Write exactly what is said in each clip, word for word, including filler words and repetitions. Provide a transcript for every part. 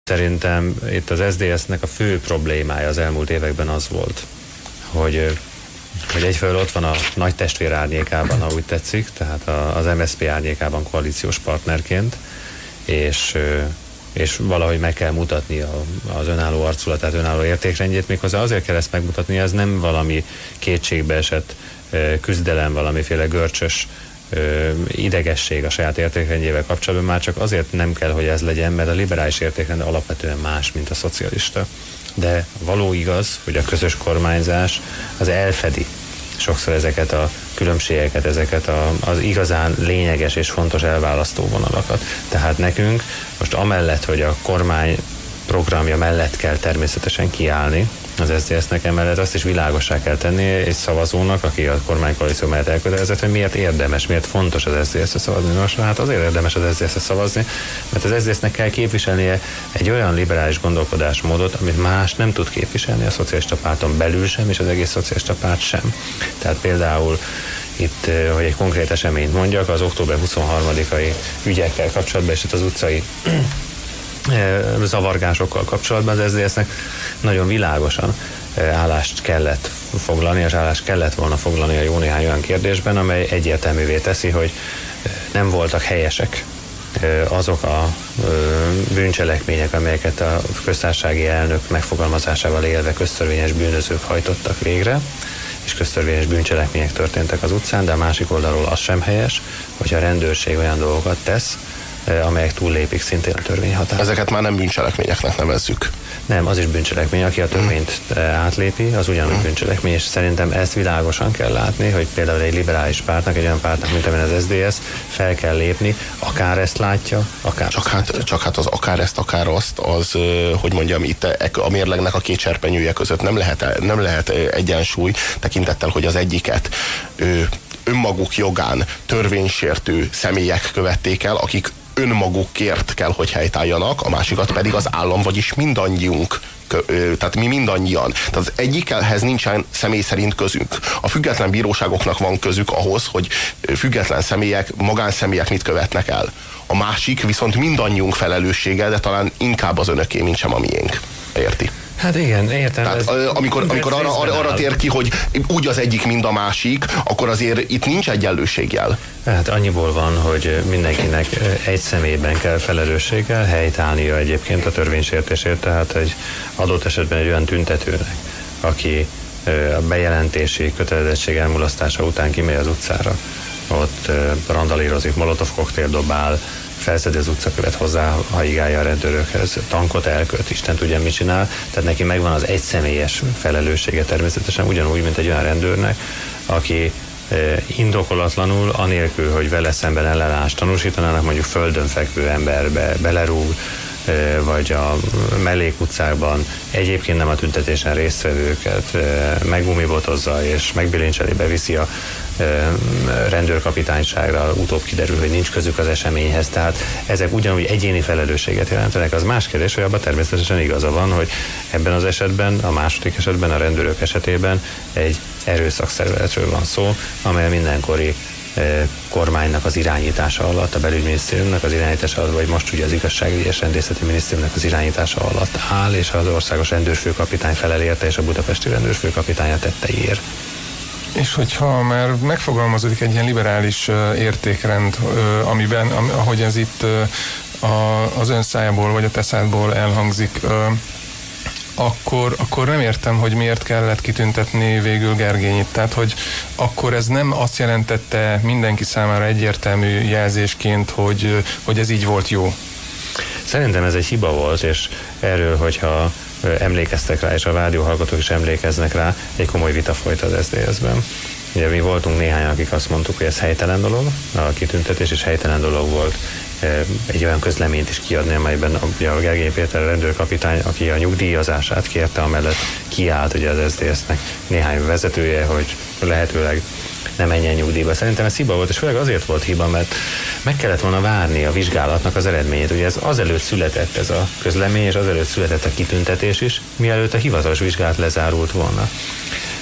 Szerintem itt az es zé dé es-nek a fő problémája az elmúlt években az volt, hogy, hogy egyfelől ott van a nagy testvér árnyékában, ha úgy tetszik, tehát az em es zé pé árnyékában koalíciós partnerként, és, és valahogy meg kell mutatni az önálló arculatát, önálló értékrendjét, méghozzá azért kell ezt megmutatni, ez nem valami kétségbeesett küzdelem, valamiféle görcsös idegesség a saját értékrendjével kapcsolatban, már csak azért nem kell, hogy ez legyen, mert a liberális értékrend alapvetően más, mint a szocialista. De való igaz, hogy a közös kormányzás az elfedi sokszor ezeket a különbségeket, ezeket a, az igazán lényeges és fontos elválasztó vonalakat. Tehát nekünk most amellett, hogy a kormány programja mellett kell természetesen kiállni, az es zé dé es-nek emellett azt is világossá kell tenni egy szavazónak, aki a kormánykoalíció mellett elkötelezett, hogy miért érdemes, miért fontos az es zé dé es-re szavazni. Nos, hát azért érdemes az es zé dé es-re szavazni, mert az es zé dé es-nek kell képviselnie egy olyan liberális gondolkodásmódot, amit más nem tud képviselni a szocialista párton belül sem, és az egész szocialista párt sem. Tehát például itt, hogy egy konkrét eseményt mondjak, az október huszonharmadikai ügyekkel kapcsolatban, és itt az utcai zavargásokkal kapcsolatban az es zé dé es-nek nagyon világosan állást kellett foglalni, és állást kellett volna foglalni a jó néhány olyan kérdésben, amely egyértelművé teszi, hogy nem voltak helyesek azok a bűncselekmények, amelyeket a köztársasági elnök megfogalmazásával élve köztörvényes bűnözők hajtottak végre, és köztörvényes bűncselekmények történtek az utcán, de a másik oldalról az sem helyes, hogy a rendőrség olyan dolgokat tesz, amelyek túllépik szintén a törvényhatárt. Ezeket már nem bűncselekményeknek nevezzük. Nem, az is bűncselekmény, aki a törvényt átlépi, az ugyanúgy bűncselekmény, és szerintem ezt világosan kell látni, hogy például egy liberális pártnak, egy olyan pártnak, mint amilyen az es zé dé es, fel kell lépni, akár ezt látja, akár csak hát, látja. Csak hát az akár ezt, akár azt, az, hogy mondjam, itt a mérlegnek a két serpenyője között nem lehet, nem lehet egyensúly, tekintettel, hogy az egyiket ő, önmaguk jogán törvénysértő személyek követték el, akik önmagukért kell, hogy helytálljanak, a másikat pedig az állam, vagyis mindannyiunk, tehát mi mindannyian. Tehát az egyikhez nincsen személy szerint közünk. A független bíróságoknak van közük ahhoz, hogy független személyek, magánszemélyek mit követnek el. A másik viszont mindannyiunk felelőssége, de talán inkább az önöké, mint sem a miénk. Érti? Hát igen, értem. Tehát ez, amikor, amikor arra, arra, arra tér ki, hogy úgy az egyik, mind a másik, akkor azért itt nincs egyenlőségjel. Hát annyiból van, hogy mindenkinek egy személyben kell felelősséggel helytállnia egyébként a törvénysértésért, tehát egy adott esetben egy olyan tüntetőnek, aki a bejelentési kötelezettség elmulasztása után kimegy az utcára, ott randalírozik, molotov koktél dobál, felszedi az utcakövet hozzá, haigálja a rendőrökhez, tankot elköt, Isten tudja, mit csinál, tehát neki megvan az egyszemélyes felelőssége természetesen, ugyanúgy, mint egy olyan rendőrnek, aki indokolatlanul, anélkül, hogy vele szemben ellenállást tanúsítanának, mondjuk földön fekvő emberbe belerúg, vagy a mellékutcákban egyébként nem a tüntetésen résztvevőket meggumibotozza és megbilincseli, beviszi a rendőrkapitányságra, utóbb kiderül, hogy nincs közük az eseményhez, tehát ezek ugyanúgy egyéni felelősséget jelentenek. Az más kérdés, hogy abban természetesen igaza van, hogy ebben az esetben, a második esetben, a rendőrök esetében egy erőszakszervezetről van szó, amely mindenkori kormánynak az irányítása alatt, a belügyminisztériumnak az irányítása alatt, vagy most ugye az igazságügyi és rendészeti minisztériumnak az irányítása alatt áll, és az országos rendőrfőkapitány felel érte, és a budapesti rendőrfőkapitány a tetteiért. És hogyha már megfogalmazódik egy ilyen liberális értékrend, amiben, ahogy ez itt az ön szájából, vagy a te szádból elhangzik, Akkor, akkor nem értem, hogy miért kellett kitüntetni végül Gergényit. Tehát, hogy akkor ez nem azt jelentette mindenki számára egyértelmű jelzésként, hogy, hogy ez így volt jó. Szerintem ez egy hiba volt, és erről, hogyha emlékeztek rá, és a rádióhallgatók is emlékeznek rá, egy komoly vita folyt az es zé dé es-ben. Ugye mi voltunk néhány, akik azt mondtuk, hogy ez helytelen dolog, a kitüntetés, és helytelen dolog volt egy olyan közleményt is kiadni, amelyben a, a Gergény Péter rendőrkapitány, aki a nyugdíjazását kérte, amellett kiállt ugye az es zé dé es-nek néhány vezetője, hogy lehetőleg nem menjen nyugdíjba. Szerintem ez hiba volt, és főleg azért volt hiba, mert meg kellett volna várni a vizsgálatnak az eredményét. Ugye ez azelőtt született ez a közlemény, és azelőtt született a kitüntetés is, mielőtt a hivatalos vizsgálat lezárult volna.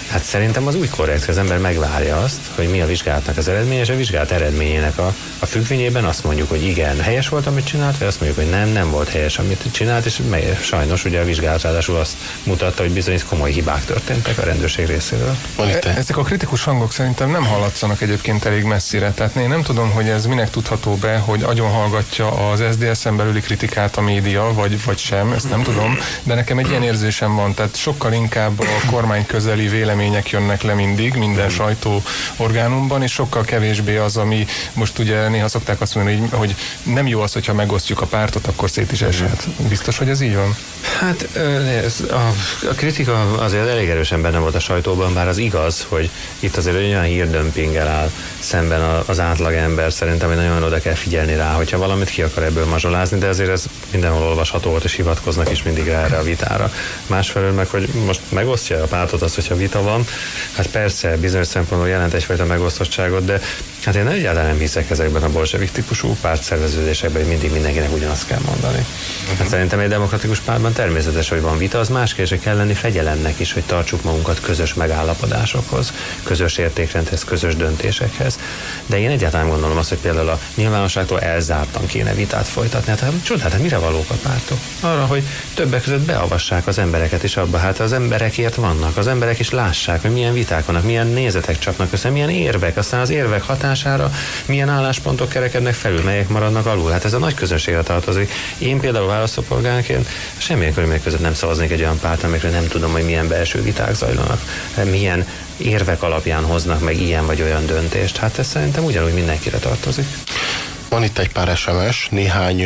Hát szerintem az úgy korrekt, hogy az ember megvárja azt, hogy mi a vizsgálatnak az eredménye, és a vizsgálat eredményének a, a függvényében azt mondjuk, hogy igen, helyes volt, amit csinált, vagy azt mondjuk, hogy nem, nem volt helyes, amit csinált, és mely, sajnos ugye a vizsgálat ráadásul azt mutatta, hogy bizony komoly hibák történtek a rendőrség részéről. Ezek a kritikus hangok szerintem nem hallatszanak egyébként elég messzire, tehát én nem tudom, hogy ez minek tudható be, hogy agyon hallgatja az es zé es-en belüli kritikát a média, vagy, vagy sem, ezt nem tudom, de nekem egy ilyen érzésem van, tehát sokkal inkább a kormány közeli vélemények jönnek le mindig, minden sajtóorgánumban, és sokkal kevésbé az, ami most ugye néha szokták azt mondani, hogy, hogy nem jó az, hogyha megosztjuk a pártot, akkor szét is eshet. Biztos, hogy ez így van? Hát ez, a, a kritika azért elég erősen benne volt a sajtóban, bár az igaz, hogy itt azért olyan hírdömpinggel áll szemben az átlagember, szerintem, hogy nagyon oda kell figyelni rá, hogyha valamit ki akar ebből mazsolázni, de azért ez mindenhol olvasható volt, és hivatkoznak is mindig erre a vitára. Másfelől meg, hogy most megosztja a pártot az, hogyha vita van, hát persze bizonyos szempontból jelent egyfajta megosztottságot, de hát én egyáltalán nem hiszek ezekben a bolsevik típusú pártszerveződésekben, hogy mindig mindenkinek ugyanazt kell mondani. Hát szerintem egy demokratikus pártban természetes, hogy van vita, az más kérdés, kell lenni fegyelemnek is, hogy tartsuk magunkat közös megállapodásokhoz, közös értékrendhez, közös döntésekhez. De én egyáltalán gondolom azt, hogy például a nyilvánosságtól elzártan kéne vitát folytatni. Hát csodát, hát mire valók a pártok? Arra, hogy többek között beavassák az embereket is abba. Hát az emberekért vannak, az emberek is lássák, hogy milyen viták vannak, milyen nézetek csapnak össze, milyen érvek, aztán az érvek hatására milyen álláspontok kerekednek felül, melyek maradnak alul. Hát ez a nagy közönségre tartozik. Én például választópolgárként semmilyen körülmények között nem szavaznék egy olyan párt, amikről nem tudom, hogy milyen belső viták zajlanak, milyen érvek alapján hoznak meg ilyen vagy olyan döntést. Hát ez szerintem ugyanúgy mindenkire tartozik. Van itt egy pár es em es, néhány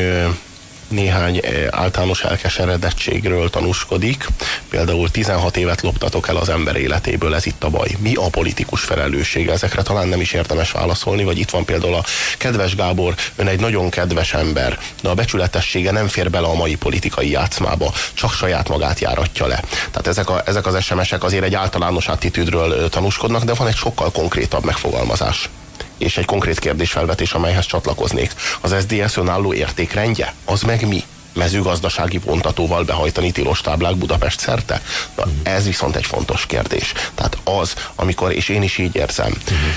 néhány általános elkeseredettségről tanúskodik. Például tizenhat évet loptatok el az ember életéből, ez itt a baj. Mi a politikus felelőssége? Ezekre talán nem is érdemes válaszolni, vagy itt van például a kedves Gábor, ön egy nagyon kedves ember, de a becsületessége nem fér bele a mai politikai játszmába, csak saját magát járatja le. Tehát ezek, a, ezek az es em esek azért egy általános attitűdről tanúskodnak, de van egy sokkal konkrétabb megfogalmazás. És egy konkrét kérdésfelvetés, amelyhez csatlakoznék. Az es zé dé es önálló értékrendje? Az meg mi? Mezőgazdasági vontatóval behajtani tilos táblák Budapest szerte? Na, ez viszont egy fontos kérdés. Tehát az, amikor, és én is így érzem,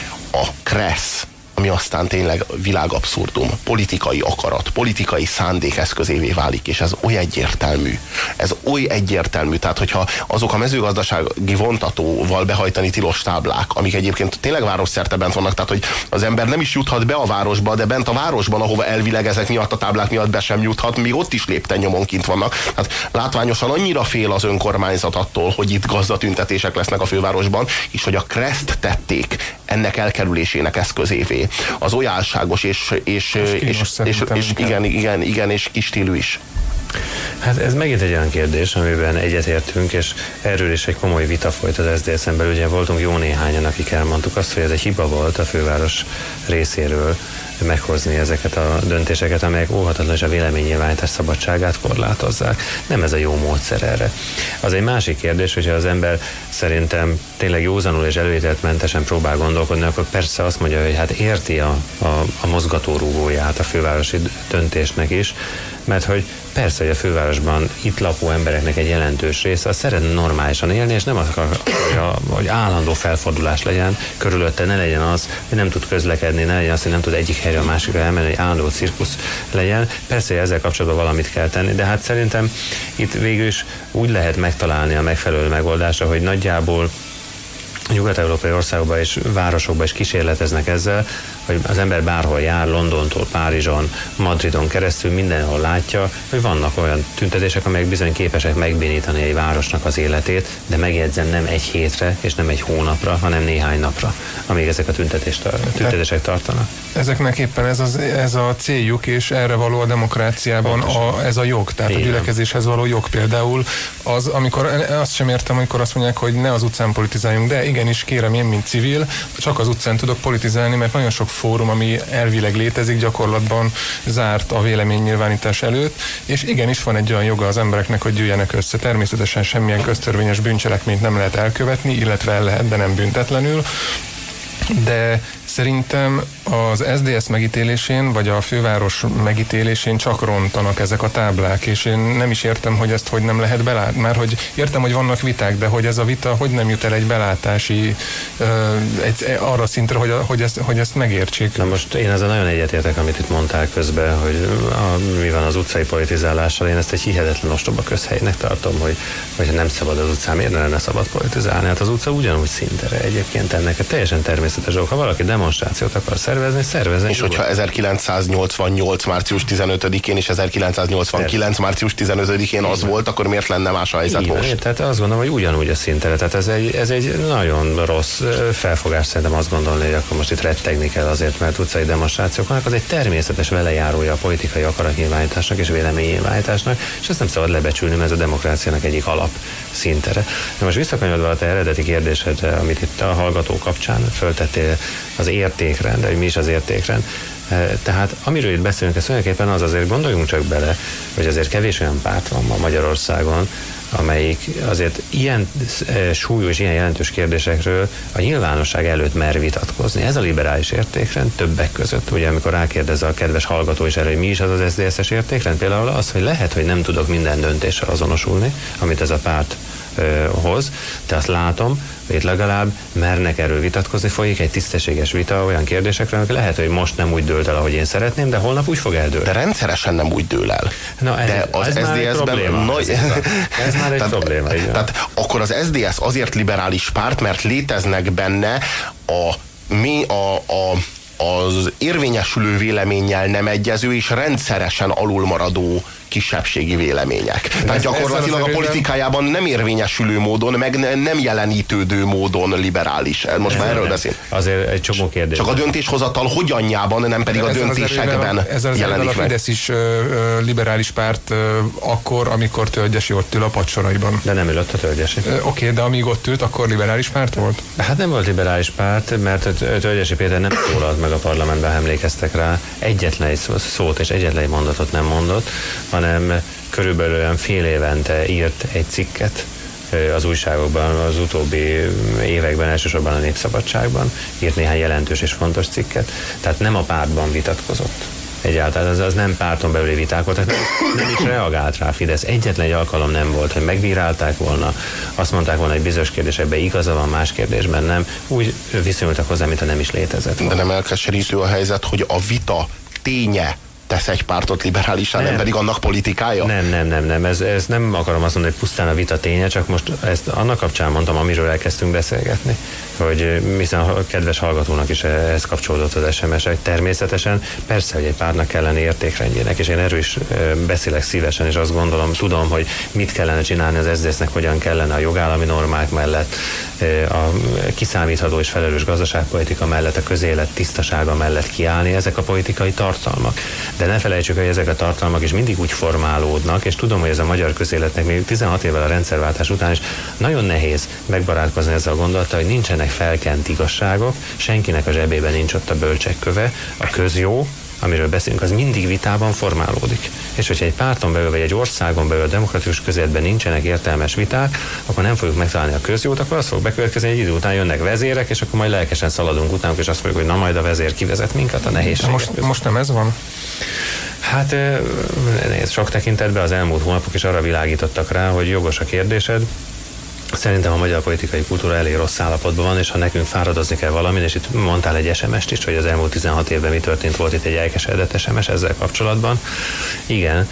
a KRESZ, ami aztán tényleg világabszurdum, politikai akarat, politikai szándék eszközévé válik, és ez oly egyértelmű. Ez oly egyértelmű, tehát hogyha azok a mezőgazdasági vontatóval behajtani tilos táblák, amik egyébként tényleg városszerte bent vannak, tehát hogy az ember nem is juthat be a városba, de bent a városban, ahova elvileg ezek miatt a táblák miatt be sem juthat, még ott is lépten nyomon kint vannak. Tehát látványosan annyira fél az önkormányzat attól, hogy itt gazdatüntetések lesznek a fővárosban, és hogy a KRESZ-t tették ennek elkerülésének eszközévé. Az oly álságos és, és, és, és, és, és igen, igen, igen, és kistílű is. Hát ez megint egy olyan kérdés, amiben egyetértünk, és erről is egy komoly vita folyt az es zé dé es-en belül. Ugye voltunk jó néhányan, akik elmondtuk azt, hogy ez egy hiba volt a főváros részéről meghozni ezeket a döntéseket, amelyek óhatatlan és a véleménynyilvánítás szabadságát korlátozzák. Nem ez a jó módszer erre. Az egy másik kérdés, hogyha az ember szerintem tényleg józanul és előítéletmentesen próbál gondolkodni, akkor persze azt mondja, hogy hát érti a, a, a mozgatórugóját a fővárosi döntésnek is, mert hogy persze, hogy a fővárosban itt lakó embereknek egy jelentős része az szeretne normálisan élni, és nem akarja, hogy állandó felfordulás legyen körülötte, ne legyen az, hogy nem tud közlekedni, ne legyen az, hogy nem tud egyik helyre a másikra elmenni, hogy állandó cirkusz legyen. Persze, hogy ezzel kapcsolatban valamit kell tenni, de hát szerintem itt végül is úgy lehet megtalálni a megfelelő megoldásra, hogy nagyjából nyugat-európai országokban és városokban is kísérleteznek ezzel, hogy az ember bárhol jár, Londontól, Párizson, Madridon keresztül mindenhol látja, hogy vannak olyan tüntetések, amelyek bizony képesek megbénítani egy városnak az életét, de megjegyzem, nem egy hétre és nem egy hónapra, hanem néhány napra, amíg ezek a tüntetések tartanak. Ezeknek éppen ez, az, ez a céljuk, és erre való a demokráciában a, ez a jog, tehát igen. A gyülekezéshez való jog például. Az, amikor, azt sem értem, amikor azt mondják, hogy ne az utcán politizáljunk, de igenis kérem, én, mint civil, csak az utcán tudok politizálni, mert nagyon sok fórum, ami elvileg létezik, gyakorlatban zárt a véleménynyilvánítás előtt, és igenis van egy olyan joga az embereknek, hogy gyűjjenek össze. Természetesen semmilyen köztörvényes bűncselekményt nem lehet elkövetni, illetve el lehet, de nem büntetlenül, de szerintem az es zé dé es megítélésén, vagy a főváros megítélésén csak rontanak ezek a táblák, és én nem is értem, hogy ezt hogy nem lehet belátni. Már hogy értem, hogy vannak viták, de hogy ez a vita hogy nem jut el egy belátási egy, arra szintre, hogy, a, hogy, ezt, hogy ezt megértsék. Na most én ezzel nagyon egyetértek, amit itt mondtál közben, hogy a, mi van az utcai politizálással, én ezt egy hihetetlen ostoba közhelynek tartom, hogy, hogy nem szabad az utcán, miért ne lenne szabad politizálni? Hát az utca ugyanúgy szintere egyébként ennek a teljesen természetes dolog. Ha valaki demonstrációt akar szervezni, szervezni. És hogyha ezerkilencszáznyolcvannyolc március tizenötödikén és ezerkilencszáznyolcvankilenc március tizenötödikén az volt, akkor miért lenne más a helyzet így, most? Tehát azt gondolom, hogy ugyanúgy a szintere. Tehát ez egy, ez egy nagyon rossz felfogás, szerintem azt gondolni, hogy akkor most itt rettegni kell azért, mert utcai demonstrációk vannak, az egy természetes velejárója a politikai akaratnyilvánításnak és véleménynyilvánításnak, és ezt nem szabad lebecsülni, mert ez a demokráciának egyik alap szintere. De most visszakanyarodva a te eredeti kérdésedre, amit itt a hallgató kapcsán föltettél, az értékrend, hogy mi is az értékrend. Tehát amiről itt beszélünk, ez tulajdonképpen az, azért gondoljunk csak bele, hogy azért kevés olyan párt van ma Magyarországon, amelyik azért ilyen súlyú és ilyen jelentős kérdésekről a nyilvánosság előtt mer vitatkozni. Ez a liberális értékrend többek között, ugye amikor rákérdez a kedves hallgató is erre, hogy mi is az az es zé dé es-es értékrend, például az, hogy lehet, hogy nem tudok minden döntéssel azonosulni, amit ez a párt ö, hoz, de azt látom, hogy itt legalább mernek erről vitatkozni, folyik egy tisztességes vita olyan kérdésekről, amik lehet, hogy most nem úgy dőlt el, ahogy én szeretném, de holnap úgy fog eldőlni. De rendszeresen nem úgy dől el. Na, ez, de az ez es zé dé es-ben nagy... ez, ez már egy tehát, probléma. Tehát akkor az es zé dé es azért liberális párt, mert léteznek benne a, mi, a, a az érvényesülő véleménnyel nem egyező és rendszeresen alulmaradó kisebbségi vélemények. Tehát ez, gyakorlatilag a politikájában nem érvényesülő módon, meg nem jelenítődő módon liberális. Most már erről beszél. Azért egy csomó kérdés. Csak a döntéshozatal hogyannyában, nem pedig a döntésekben jelenik meg. A Fidesz is uh, liberális párt uh, akkor, amikor Tölgyesi ott ül a padsoraiban. De nem ülött a Tölgyesi. Uh, Oké, okay, de amíg ott ült, akkor liberális párt volt? Hát nem volt liberális párt, mert Tölgyesi Péter nem szólalt meg a parlamentben, emlékeztek rá. Egyetlen egy szót és egyetlen egy mondatot nem mondott, hanem körülbelül olyan fél évente írt egy cikket az újságokban, az utóbbi években, elsősorban a Népszabadságban, írt néhány jelentős és fontos cikket, tehát nem a pártban vitatkozott. Egyáltalán az, az nem párton belüli viták volt, tehát nem, nem is reagált rá Fidesz. Egyetlen egy alkalom nem volt, hogy megbírálták volna, azt mondták volna, hogy bizonyos kérdésekben igaza van, más kérdésben nem. Úgy viszonyultak hozzá, mintha nem is létezett volna. De nem elkeserítő a helyzet, hogy a vita ténye tesz egy pártot liberálisá, nem. nem pedig annak politikája? Nem, nem, nem, nem. Ez, ez nem akarom azt mondani, hogy pusztán a vita ténye, csak most ezt annak kapcsán mondtam, amiről elkezdtünk beszélgetni, hogy hiszen a kedves hallgatónak is ez kapcsolódott az es em es, hogy természetesen persze, hogy egy pártnak kellene értékrendjének, és én erről is beszélek szívesen, és azt gondolom, tudom, hogy mit kellene csinálni az es zé dé es-nek, hogyan kellene a jogállami normák mellett, a kiszámítható és felelős gazdaságpolitika mellett, a közélet tisztasága mellett kiállni, ezek a politikai tartalmak. De ne felejtsük, hogy ezek a tartalmak is mindig úgy formálódnak, és tudom, hogy ez a magyar közéletnek még tizenhat évvel a rendszerváltás után is nagyon nehéz megbarátkozni ezzel a gondolattal, hogy nincsenek felkent igazságok, senkinek a zsebében nincs ott a bölcsekköve, a közjó, amiről beszélünk, az mindig vitában formálódik. És hogyha egy párton belül, vagy egy országon belül, a demokratikus közéletben nincsenek értelmes viták, akkor nem fogjuk megtalálni a közjót, akkor az fog bekövetkezni, egy idő után jönnek vezérek, és akkor majd lelkesen szaladunk utánuk, és azt fogjuk, hogy na majd a vezér kivezet minket a nehézségek. Most, most nem ez van? Hát nézd, sok tekintetben az elmúlt hónapok is arra világítottak rá, hogy jogos a kérdésed. Szerintem a magyar politikai kultúra elég rossz állapotban van, és ha nekünk fáradozni kell valamin, és itt mondtál egy es em es-t is, hogy az elmúlt tizenhat évben mi történt, volt itt egy elkeseredett es em es ezzel kapcsolatban. Igen,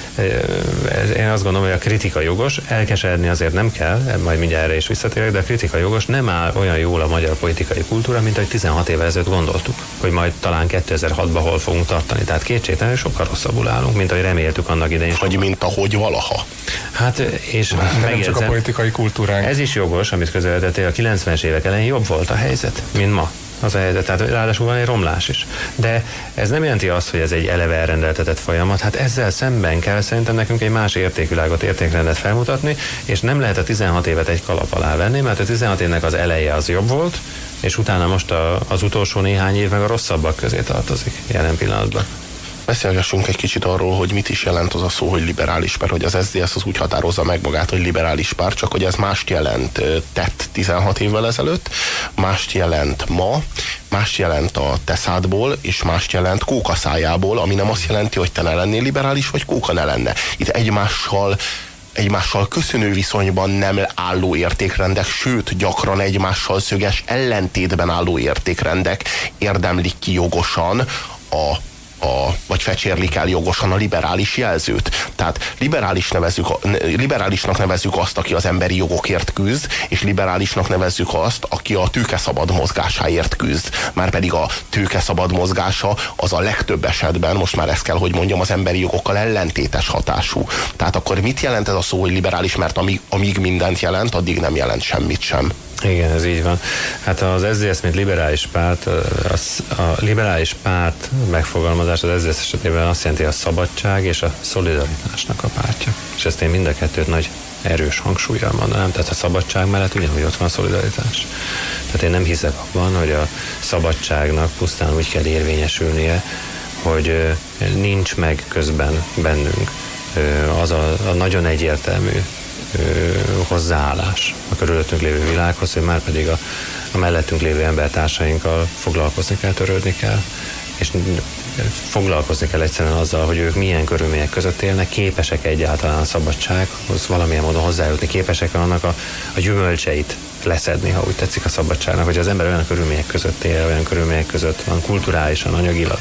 én azt gondolom, hogy a kritika jogos, elkeseredni azért nem kell, majd mindjárt erre is visszatérek, de a kritika jogos, nem áll olyan jól a magyar politikai kultúra, mint ahogy tizenhat évvel ezelőtt gondoltuk, hogy majd talán kétezer-hatban hol fogunk tartani. Tehát kétségtelenül sokkal rosszabbul állunk, mint ahogy reméltük annak idején. Vagy mint ahogy valaha. Hát, és nem csak a politikai kultúránk. Ez is jogos, amit közelítettél, a kilencvenes évek elején jobb volt a helyzet, mint ma. Az a helyzet, tehát ráadásul van egy romlás is. De ez nem jelenti azt, hogy ez egy eleve elrendeltetett folyamat, hát ezzel szemben kell szerintem nekünk egy más értékvilágot, értékrendet felmutatni, és nem lehet a tizenhat évet egy kalap alá venni, mert a tizenhat évnek az eleje az jobb volt, és utána most a, az utolsó néhány év meg a rosszabbak közé tartozik jelen pillanatban. Beszélgessünk egy kicsit arról, hogy mit is jelent az a szó, hogy liberális, mert hogy az es zé es az úgy határozza meg magát, hogy liberális párt, csak hogy ez mást jelent tett tizenhat évvel ezelőtt, mást jelent ma, mást jelent a teszádból, és mást jelent kókaszájából, ami nem azt jelenti, hogy te ne lennél liberális, vagy kóka ne lenne. Itt egymással egymással köszönő viszonyban nem álló értékrendek, sőt, gyakran egymással szöges ellentétben álló értékrendek érdemlik ki jogosan a A, vagy fecsérlik el jogosan a liberális jelzőt. Tehát liberális nevezzük, liberálisnak nevezzük azt, aki az emberi jogokért küzd, és liberálisnak nevezzük azt, aki a tőke szabad mozgásáért küzd. Márpedig a tőke szabad mozgása az a legtöbb esetben, most már ezt kell, hogy mondjam, az emberi jogokkal ellentétes hatású. Tehát akkor mit jelent ez a szó, hogy liberális, mert amíg, amíg mindent jelent, addig nem jelent semmit sem. Igen, ez így van. Hát az es zé es, mint liberális párt, az, a liberális párt megfogalmazás az es zé es esetében azt jelenti, a szabadság és a szolidaritásnak a pártja. És ezt én mind a kettőt nagy erős hangsúllyal mondanám, tehát a szabadság mellett ugyanúgy ott van a szolidaritás. Tehát én nem hiszek abban, hogy a szabadságnak pusztán úgy kell érvényesülnie, hogy nincs meg közben bennünk az a, a nagyon egyértelmű hozzáállás a körülöttünk lévő világhoz, hogy már pedig a, a mellettünk lévő embertársainkkal foglalkozni kell, törődni kell, és foglalkozni kell egyszerűen azzal, hogy ők milyen körülmények között élnek, képesek egyáltalán a szabadsághoz valamilyen módon hozzájutni, képesek annak a, a gyümölcseit leszedni, ha úgy tetszik a szabadságnak, hogy az ember olyan körülmények között él, olyan körülmények között van kulturálisan, anyagilag,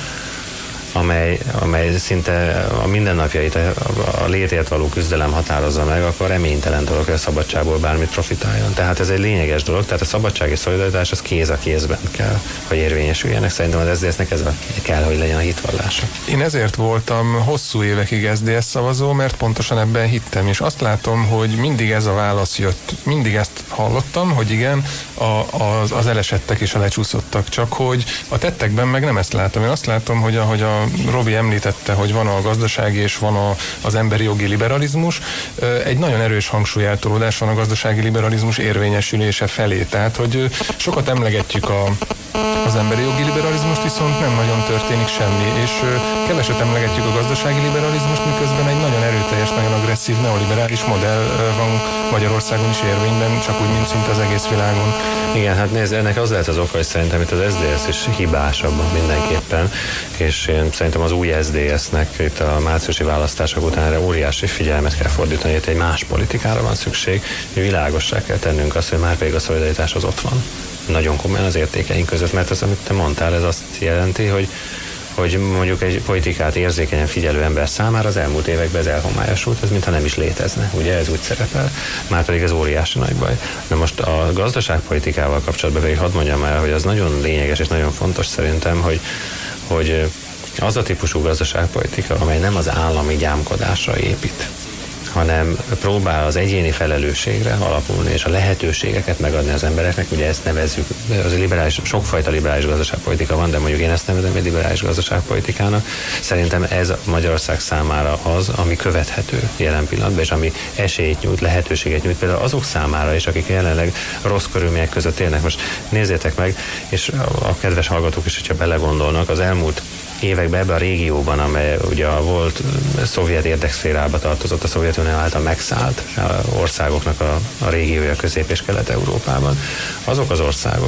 amely, amely szinte a mindennapjait, a, a létért való küzdelem határozza meg, akkor reménytelen dolog, hogy a szabadságból bármit profitáljon. Tehát ez egy lényeges dolog, tehát a szabadság és szolidaritás az kéz a kézben kell, hogy érvényesüljenek. Szerintem az es zé es-nek ez a, kell, hogy legyen a hitvallása. Én ezért voltam hosszú évekig es zé es szavazó, mert pontosan ebben hittem, és azt látom, hogy mindig ez a válasz jött. Mindig ezt hallottam, hogy igen, a, az, az elesettek és a lecsúszottak, csak hogy a tettekben meg nem ezt látom. Én azt látom, hogy ahogy a Robi említette, hogy van a gazdasági és van a, az emberi jogi liberalizmus, egy nagyon erős hangsúlyeltolódás van a gazdasági liberalizmus érvényesülése felé. Tehát, hogy sokat emlegetjük a, az emberi jogi liberalizmust, viszont nem nagyon történik semmi, és keveset emlegetjük a gazdasági liberalizmust, miközben egy nagyon erőteljes, nagyon agresszív neoliberális modell van Magyarországon is érvényben, csak úgy, mint szinte az egész világon. Igen, hát nézd, ennek az lehet az oka, hogy szerintem itt az es zé es is hibásabb mindenképpen, és én szerintem az új es zé es-nek itt a márciusi választások után erre óriási figyelmet kell fordítani, itt egy más politikára van szükség, hogy világossá kell tennünk azt, hogy már pedig a szolidaritás az ott van. Nagyon komolyan az értékeink között, mert az, amit te mondtál, ez azt jelenti, hogy hogy mondjuk egy politikát érzékenyen figyelő ember számára az elmúlt években ez elhomályosult, ez mintha nem is létezne, ugye ez úgy szerepel, már pedig ez óriási nagy baj. Na most a gazdaságpolitikával kapcsolatban pedig hadd mondjam el, hogy az nagyon lényeges és nagyon fontos szerintem, hogy, hogy az a típusú gazdaságpolitika, amely nem az állami gyámkodásra épít, hanem próbál az egyéni felelősségre alapulni, és a lehetőségeket megadni az embereknek, ugye ezt nevezzük, az a liberális, sokfajta liberális gazdaságpolitika van, de mondjuk én ezt nevezem egy liberális gazdaságpolitikának. Szerintem ez Magyarország számára az, ami követhető jelen pillanatban, és ami esélyt nyújt, lehetőséget nyújt például azok számára is, akik jelenleg rossz körülmények között élnek. Most nézzétek meg, és a kedves hallgatók is, hogyha belegondolnak, az elmúlt években ebben a régióban, amely ugye volt szovjet érdekszférába tartozott, a Szovjetunió által megszállt országoknak a, a régiója Közép- és Kelet-Európában, azok az országok,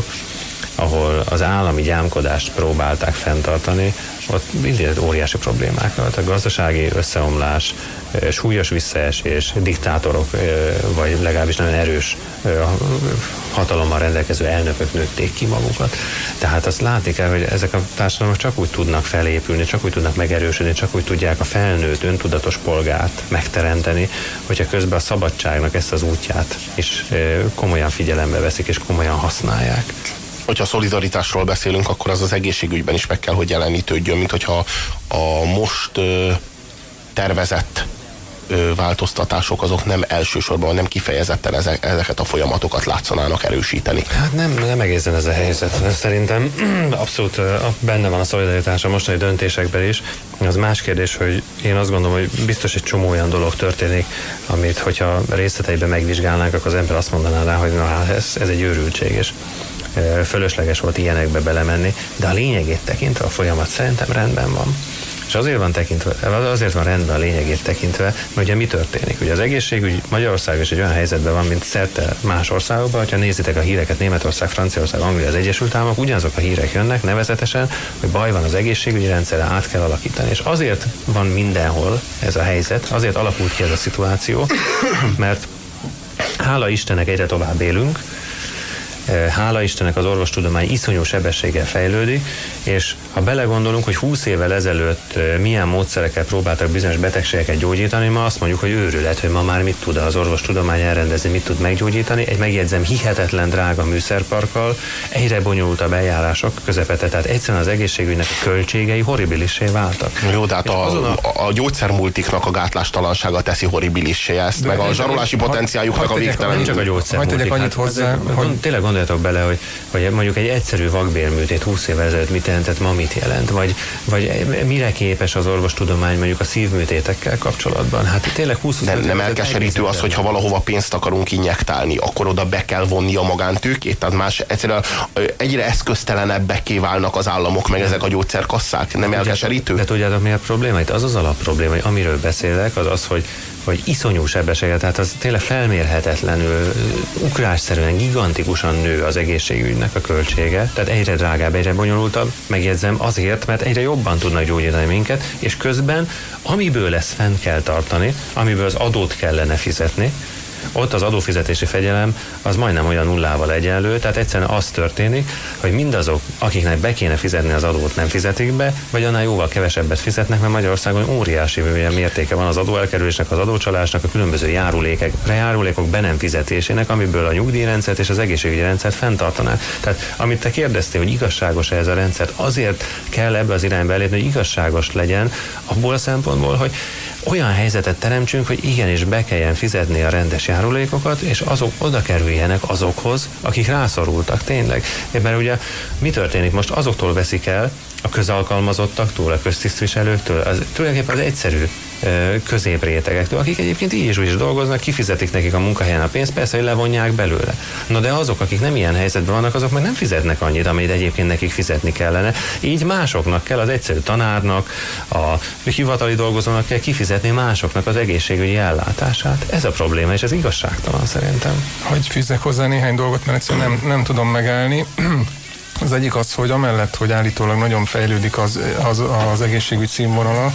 ahol az állami gyámkodást próbálták fenntartani, ott mindig óriási problémák volt. A gazdasági összeomlás, súlyos visszaesés, diktátorok, vagy legalábbis nagyon erős hatalommal rendelkező elnökök nőtték ki magukat. Tehát azt látni kell, hogy ezek a társadalmak csak úgy tudnak felépülni, csak úgy tudnak megerősödni, csak úgy tudják a felnőtt, öntudatos polgárt megteremteni, hogyha közben a szabadságnak ezt az útját is komolyan figyelembe veszik, és komolyan használják. Hogyha szolidaritásról beszélünk, akkor az az egészségügyben is meg kell, hogy jelenítődjön, mint hogyha a most ö, tervezett ö, változtatások azok nem elsősorban, nem kifejezetten ezek, ezeket a folyamatokat látszanának erősíteni. Hát nem, nem egészen ez a helyzet. Szerintem abszolút benne van a szolidaritás a mostani döntésekben is. Az más kérdés, hogy én azt gondolom, hogy biztos egy csomó olyan dolog történik, amit, hogyha részleteiben megvizsgálnánk, akkor az ember azt mondaná rá, hogy na, hát ez, ez egy őrültség, és fölösleges volt ilyenekbe belemenni, de a lényegét tekintve a folyamat szerintem rendben van. És azért van tekintve, azért van rendben a lényegét tekintve, mert ugye mi történik? Ugye az egészségügy Magyarország is egy olyan helyzetben van, mint szerte más országokban, hogyha nézitek a híreket, Németország, Franciaország, Anglia, az Egyesült Államok, ugyanazok a hírek jönnek nevezetesen, hogy baj van az egészségügyi rendszerre, át kell alakítani. És azért van mindenhol ez a helyzet, azért alakult ki ez a szituáció, mert hála Istennek egyre tovább élünk, hála Istennek az orvostudomány iszonyú sebességgel fejlődik, és ha belegondolunk, hogy húsz évvel ezelőtt milyen módszerekkel próbáltak bizonyos betegségeket gyógyítani, ma azt mondjuk, hogy őrület, hogy ma már mit tud az orvostudomány elrendezni, mit tud meggyógyítani. Egy megjegyzem, hihetetlen drága műszerparkkal, egyre bonyolultabb eljárások közepette, tehát egyszerűen az egészségügynek a költségei horribilissé váltak. Jó, de hát a, a, a gyógyszermultiknak a gátlástalansága teszi horribilissé ezt, de meg a zsarolási potenciájuknak a végtelen. Nem csak a gyógyszermultik. Annyit hozzá, hogy tényleg gondoljatok bele, hogy, hogy mondjuk egy egyszerű vakbélműtét húsz évvel ezelőtt mit jelentett, ma mit jelent, vagy, vagy mire képes az orvostudomány mondjuk a szívműtétekkel kapcsolatban. Hát tényleg húsz Nem, nem elkeserítő az, hogyha valahova pénzt akarunk injektálni, akkor oda be kell vonni a magántőkét, tehát más egyszerűen egyre eszköztelenebbeké válnak az államok, meg ezek a gyógyszerkasszák. Nem elkeserítő? De tudjátok, mi a probléma? Itt az az alapprobléma, hogy amiről beszélek, az az, hogy hogy iszonyú sebességgel, tehát az tényleg felmérhetetlenül, ugrásszerűen, gigantikusan nő az egészségügynek a költsége, tehát egyre drágább, egyre bonyolultabb, megjegyzem azért, mert egyre jobban tudnak gyógyítani minket, és közben, amiből ezt fenn kell tartani, amiből az adót kellene fizetni, ott az adófizetési fegyelem az majdnem olyan nullával egyenlő, tehát egyszerűen az történik, hogy mindazok, akiknek be kéne fizetni az adót, nem fizetik be, vagy annál jóval kevesebbet fizetnek, mert Magyarországon óriási mértéke van az adóelkerülésnek, az adócsalásnak, a különböző járulékek, járulékok be nem fizetésének, amiből a nyugdíjrendszert és az egészségügyi rendszert fenntartaná. Tehát amit te kérdeztél, hogy igazságos-e ez a rendszer, azért kell ebbe az irányba elérni, hogy igazságos legyen, abból a szempontból, hogy olyan helyzetet teremtsünk, hogy igenis be kelljen fizetni a rendes járulékokat, és azok oda kerüljenek azokhoz, akik rászorultak tényleg. Mert ugye mi történik most? Azoktól veszik el, a közalkalmazottaktól, a köztisztviselőktől, az, tulajdonképpen az egyszerű középrétegektől, akik egyébként így is, úgy is dolgoznak, kifizetik nekik a munkahelyen a pénzt, persze, hogy levonják belőle. Na de azok, akik nem ilyen helyzetben vannak, azok meg nem fizetnek annyit, amit egyébként nekik fizetni kellene. Így másoknak kell, az egyszerű tanárnak, a hivatali dolgozónak kell kifizetni másoknak az egészségügyi ellátását. Ez a probléma, és ez igazságtalan szerintem. Hogy fűzzek hozzá néhány dolgot, mert egyszerűen nem, nem tudom megállni. Az egyik az, hogy amellett, hogy állítólag nagyon fejlődik az, az, az egészségügy színvonala,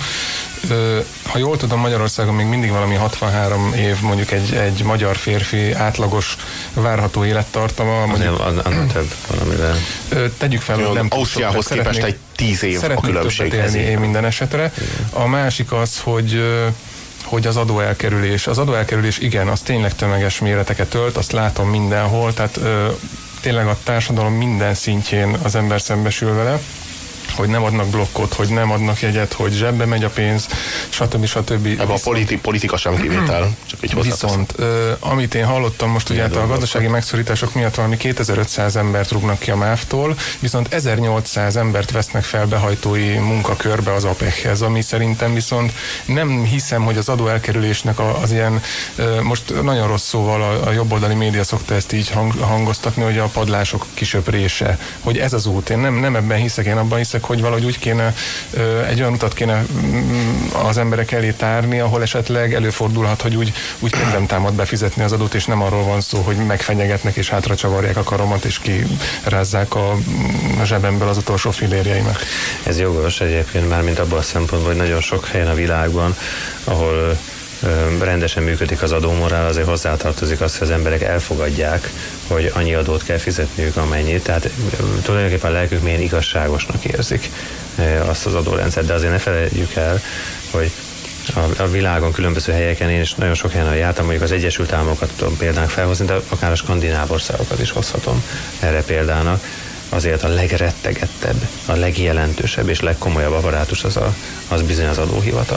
ha jól tudom, Magyarországon még mindig valami hatvanhárom év, mondjuk egy, egy magyar férfi átlagos várható élettartama. Mondjuk, annál több valamivel. Tegyük fel, hogy nem Ausztriához képest egy tíz év a különbség. Én minden esetre. A másik az, hogy hogy az adóelkerülés. Az adóelkerülés igen, az tényleg tömeges méreteket ölt, azt látom mindenhol, tehát tényleg a társadalom minden szintjén az ember szembesül vele, hogy nem adnak blokkot, hogy nem adnak jegyet, hogy zsebbe megy a pénz, stb. stb. Ebben a politi- politika sem kivétel, csak így hozzáteszem. Viszont, ö, amit én hallottam most, ugye hát a gazdasági megszorítások miatt valami kétezer-ötszáz embert rúgnak ki a MÁV-tól, viszont ezernyolcszáz embert vesznek fel behajtói munkakörbe az á pé e chez, ami szerintem viszont nem hiszem, hogy az adóelkerülésnek az ilyen, ö, most nagyon rossz szóval a, a jobboldali média szokta ezt így hang, hangoztatni, hogy a padlások kisöprése, hogy ez az út. Én nem, nem ebben hiszek, én abban hiszek, hogy valahogy úgy kéne, egy olyan utat kéne az emberek elé tárni, ahol esetleg előfordulhat, hogy úgy, úgy kedvem támad befizetni az adót, és nem arról van szó, hogy megfenyegetnek és hátra csavarják a karomat, és kirázzák a zsebemből az utolsó filérjeimet. Ez jogos egyébként már, mint abban a szempontból, hogy nagyon sok helyen a világban, ahol rendesen működik az adómorál, azért hozzátartozik az, hogy az emberek elfogadják, hogy annyi adót kell fizetniük, amennyit. Tehát tulajdonképpen a lelkük milyen igazságosnak érzik azt az adórendszert, de azért ne felejtjük el, hogy a, a világon különböző helyeken, én is nagyon sok helyen jártam, mondjuk az Egyesült Államokat tudom példának felhozni, de akár a skandináv országokat is hozhatom erre példának. Azért a legrettegettebb, a legjelentősebb és legkomolyabb apparátus az, a, az bizony az adóhivatal.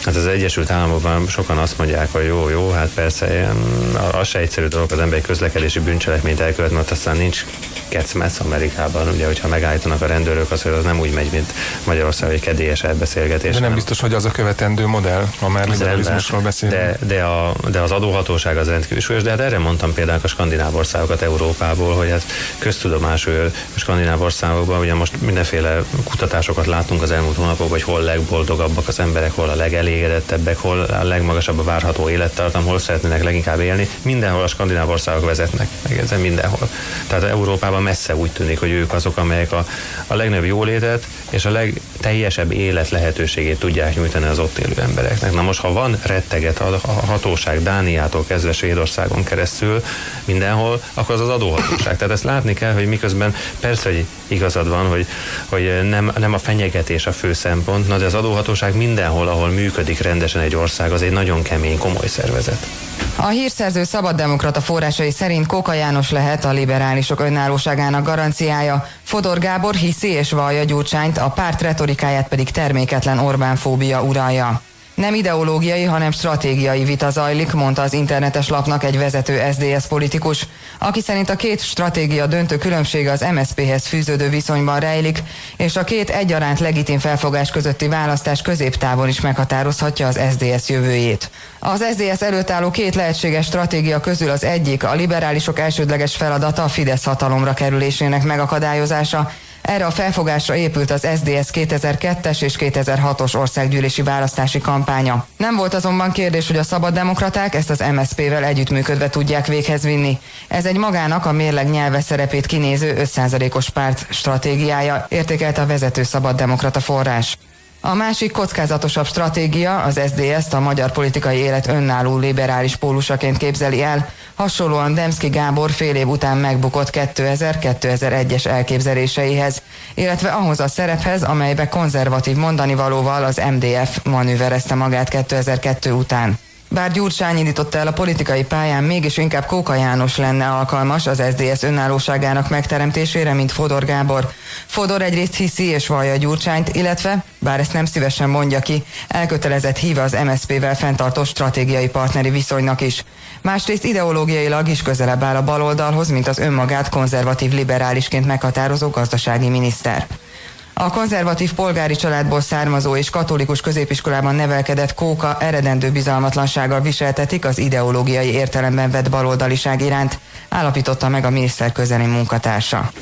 Hát az Egyesült Államokban sokan azt mondják, hogy jó, jó, hát persze, az se egyszerű dolog az emberi közlekedési bűncselekményt elkövetni, mert aztán nincs kecmesz Amerikában, ugye, hogyha megállítanak a rendőrök, az, hogy az nem úgy megy, mint Magyarország, hogy kedélyes elbeszélgetés. De nem biztos, hogy az a követendő modell, ha már liberalizmusról beszélünk. De, de, a, de az adóhatóság az rendkívül súlyos, de hát erre mondtam például a skandináv országokat Európából, hogy hát köztudomás, hogy a skandináv országokban ugye most mindenféle kutatásokat látunk az elmúlt hónapokban, hogy hol legboldogabbak az emberek, hol a legelégedettebbek, hol a legmagasabb a várható élettartam, hol szeretnének leginkább élni. Mindenhol a skandináv országok vezetnek, megjegyzem, mindenhol. Tehát Európában messze úgy tűnik, hogy ők azok, amelyek a, a legnagyobb jólétet és a legteljesebb élet lehetőségét tudják nyújtani az ott élő embereknek. Na most, ha van retteget a hatóság Dániától kezdve Svédországon keresztül mindenhol, akkor az az adóhatóság. Tehát ezt látni kell, hogy miközben persze, hogy igazad van, hogy, hogy nem, nem a fenyegetés a fő szempont, na de az adóhatóság mindenhol, ahol működik rendesen egy ország, az egy nagyon kemény, komoly szervezet. A hírszerző szabaddemokrata forrásai szerint Kóka János lehet a liberálisok önállóságának garanciája. Fodor Gábor hiszi és vallja Gyurcsányt, a párt retorikáját pedig terméketlen Orbán-fóbia uralja. Nem ideológiai, hanem stratégiai vita zajlik, mondta az internetes lapnak egy vezető es zé es politikus, aki szerint a két stratégia döntő különbsége az em es zé péhez fűződő viszonyban rejlik, és a két egyaránt legitim felfogás közötti választás középtávon is meghatározhatja az es zé es jövőjét. Az es zé es előtt álló két lehetséges stratégia közül az egyik, a liberálisok elsődleges feladata a Fidesz hatalomra kerülésének megakadályozása. Erre a felfogásra épült az es zé es kétezer-kettes és kétezer-hatos országgyűlési választási kampánya. Nem volt azonban kérdés, hogy a szabaddemokraták ezt az em es zé pével együttműködve tudják véghez vinni. Ez egy magának a mérleg nyelve szerepét kinéző öt százalékos párt stratégiája, értékelte a vezető szabaddemokrata forrás. A másik kockázatosabb stratégia, az es zé es-t a magyar politikai élet önálló liberális pólusaként képzeli el, hasonlóan Demszky Gábor fél év után megbukott kétezer-kétezer-egyes elképzeléseihez, illetve ahhoz a szerephez, amelybe konzervatív mondanivalóval az em dé ef manőverezte magát kétezer-kettő után. Bár Gyurcsány indította el a politikai pályán, mégis inkább Kóka János lenne alkalmas az es zé es önállóságának megteremtésére, mint Fodor Gábor. Fodor egyrészt hiszi és vallja Gyurcsányt, illetve, bár ezt nem szívesen mondja ki, elkötelezett híve az em es zé pével fenntartó stratégiai partneri viszonynak is. Másrészt ideológiailag is közelebb áll a baloldalhoz, mint az önmagát konzervatív liberálisként meghatározó gazdasági miniszter. A konzervatív polgári családból származó és katolikus középiskolában nevelkedett Kóka eredendő bizalmatlansággal viseltetik az ideológiai értelemben vett baloldaliság iránt, állapította meg a miniszter közeli munkatársa.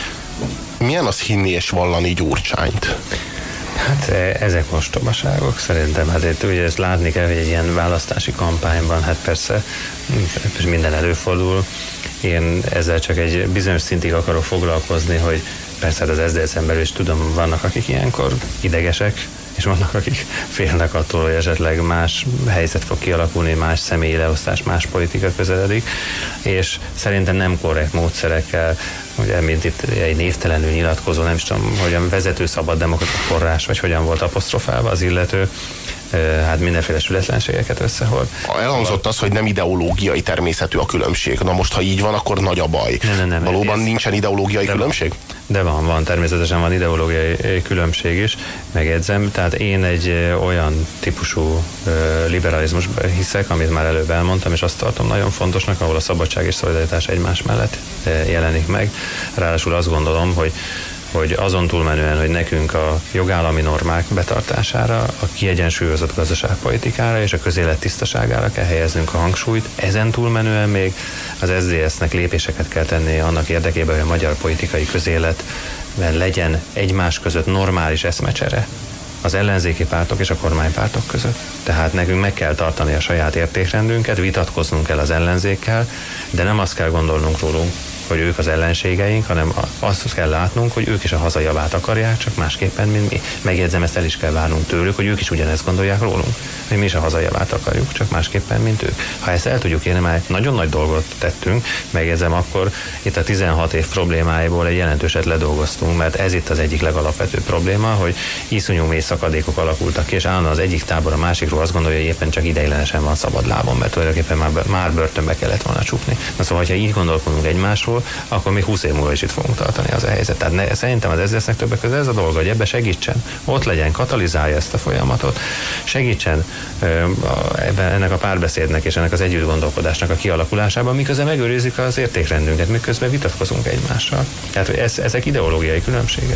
Milyen az hinni és vallani Gyurcsányt? Hát ezek mostobaságok szerintem. Hát itt ugye ezt látni kell, hogy egy ilyen választási kampányban, hát persze minden előfordul. Én ezzel csak egy bizonyos szintig akarok foglalkozni, hogy persze az es zé es-en belül is tudom, vannak akik ilyenkor idegesek, és vannak akik félnek attól, hogy esetleg más helyzet fog kialakulni, más személyi leosztás, más politika közeledik, és szerintem nem korrekt módszerekkel, ugye, mint itt egy névtelenül nyilatkozó, nem is tudom, hogyan vezető szabaddemokrata forrás, vagy hogyan volt apostrofálva az illető, hát mindenféle sületlenségeket összehol. Elhangzott az, hogy nem ideológiai természetű a különbség. Na most, ha így van, akkor nagy a baj. Nem, nem, nem, Valóban ez, nincsen ideológiai de különbség? Van, de van, van, természetesen van ideológiai különbség is, megjegyzem. Tehát én egy olyan típusú liberalizmusban hiszek, amit már előbb elmondtam, és azt tartom nagyon fontosnak, ahol a szabadság és szolidaritás egymás mellett jelenik meg. Ráadásul azt gondolom, hogy hogy azon túlmenően, hogy nekünk a jogállami normák betartására, a kiegyensúlyozott gazdaságpolitikára és a közélet tisztaságára kell helyeznünk a hangsúlyt. Ezen túlmenően még az es zé es-nek lépéseket kell tenni annak érdekében, hogy a magyar politikai közéletben legyen egymás között normális eszmecsere az ellenzéki pártok és a kormánypártok között. Tehát nekünk meg kell tartani a saját értékrendünket, vitatkoznunk kell az ellenzékkel, de nem azt kell gondolnunk rólunk, hogy ők az ellenségeink, hanem azt kell látnunk, hogy ők is a hazajavát akarják, csak másképpen, mint mi. Megjegyzem, ezt el is kell várnunk tőlük, hogy ők is ugyanezt gondolják rólunk, hogy mi is a hazajavát akarjuk, csak másképpen, mint ők. Ha ezt el tudjuk érni, már nagyon nagy dolgot tettünk, megjegyzem, akkor itt a tizenhat év problémáiból egy jelentőset ledolgoztunk, mert ez itt az egyik legalapvetőbb probléma, hogy iszonyú mély szakadékok alakultak ki, és állandóan az egyik tábor a másikról azt gondolja, hogy éppen csak ideiglenesen van szabad lábon, mert tulajdonképpen már, már börtönbe kellett volna csukni. Na szóval, ha így gondolkodunk egymásról, szempontból, akkor még húsz év múlva is itt fogunk tartani az a helyzet. Tehát ne, szerintem az es zé dé es-nek többek között ez a dolga, hogy ebbe segítsen, ott legyen, katalizálja ezt a folyamatot, segítsen ebben, ennek a párbeszédnek és ennek az együtt gondolkodásnak a kialakulásában, miközben megőrizzük az értékrendünket, miközben vitatkozunk egymással. Tehát ez, ezek ideológiai különbségek.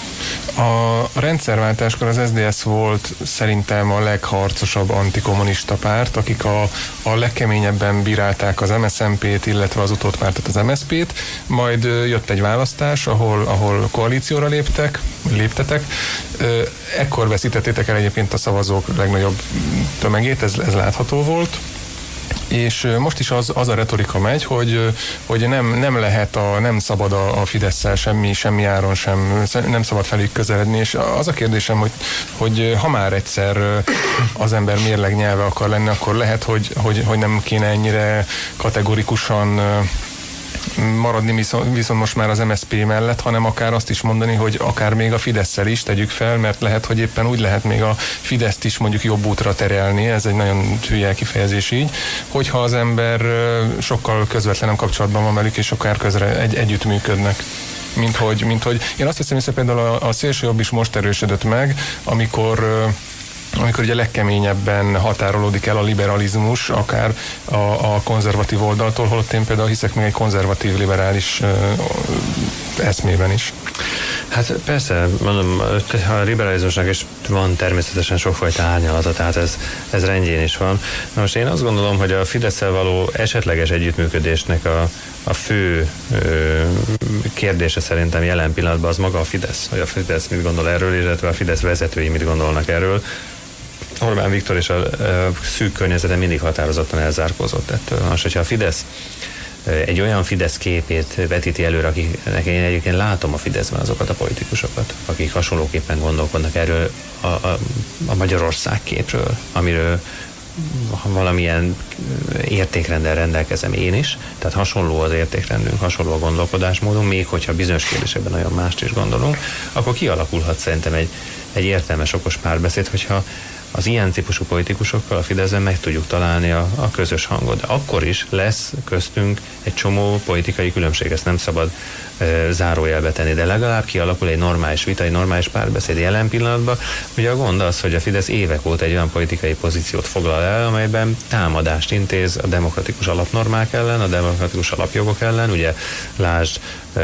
A rendszerváltáskor az es zé dé es volt szerintem a legharcosabb antikommunista párt, akik a, a legkeményebben bírálták az em es zé en pét, illetve az utódpártot, az em es zé pét, majd jött egy választás, ahol, ahol koalícióra léptek, léptetek. Ekkor veszítettétek el egyébként a szavazók legnagyobb tömegét, ez, ez látható volt. És most is az, az a retorika megy, hogy, hogy nem, nem lehet, a, nem szabad a, a Fidesszel semmi, semmi áron sem, nem szabad felük közeledni, és az a kérdésem, hogy, hogy ha már egyszer az ember mérleg nyelve akar lenni, akkor lehet, hogy, hogy, hogy nem kéne ennyire kategorikusan maradni viszont, viszont most már az em es zé pé mellett, hanem akár azt is mondani, hogy akár még a Fidesszel is tegyük fel, mert lehet, hogy éppen úgy lehet még a Fideszt is mondjuk jobb útra terelni, ez egy nagyon hülye kifejezés így, hogyha az ember sokkal közvetlenebb kapcsolatban van velük, és akár közre egy, együttműködnek. Mint hogy, mint hogy én azt hiszem, hogy például a, a szélsőjobb is most erősödött meg, amikor amikor ugye legkeményebben határolódik el a liberalizmus, akár a, a konzervatív oldaltól, holott én például hiszek még egy konzervatív liberális uh, eszmében is. Hát persze, mondom, a liberalizmusnak is van természetesen sokfajta árnyalata, tehát ez, ez rendjén is van. Na most én azt gondolom, hogy a Fidesszel való esetleges együttműködésnek a, a fő ö, kérdése szerintem jelen pillanatban az maga a Fidesz, hogy a Fidesz mit gondol erről, illetve a Fidesz vezetői mit gondolnak erről. Orbán Viktor és a, a szűk környezete mindig határozottan elzárkózott ettől. Most, hogyha a Fidesz egy olyan Fidesz képét vetíti előre, akiknek én egyébként látom a Fideszben azokat a politikusokat, akik hasonlóképpen gondolkodnak erről a, a, a Magyarország képről, amiről valamilyen értékrenddel rendelkezem én is, tehát hasonló az értékrendünk, hasonló a gondolkodásmódunk, még hogyha bizonyos kérdésekben nagyon mást is gondolunk, akkor kialakulhat szerintem egy, egy értelmes, okos párbeszéd, hogyha az ilyen típusú politikusokkal a Fideszben meg tudjuk találni a, a közös hangot. De akkor is lesz köztünk egy csomó politikai különbség, ezt nem szabad e, zárójelbe tenni, de legalább kialakul egy normális vita, egy normális párbeszéd jelen pillanatban. Ugye a gond az, hogy a Fidesz évek óta egy olyan politikai pozíciót foglal el, amelyben támadást intéz a demokratikus alapnormák ellen, a demokratikus alapjogok ellen, ugye lásd, e,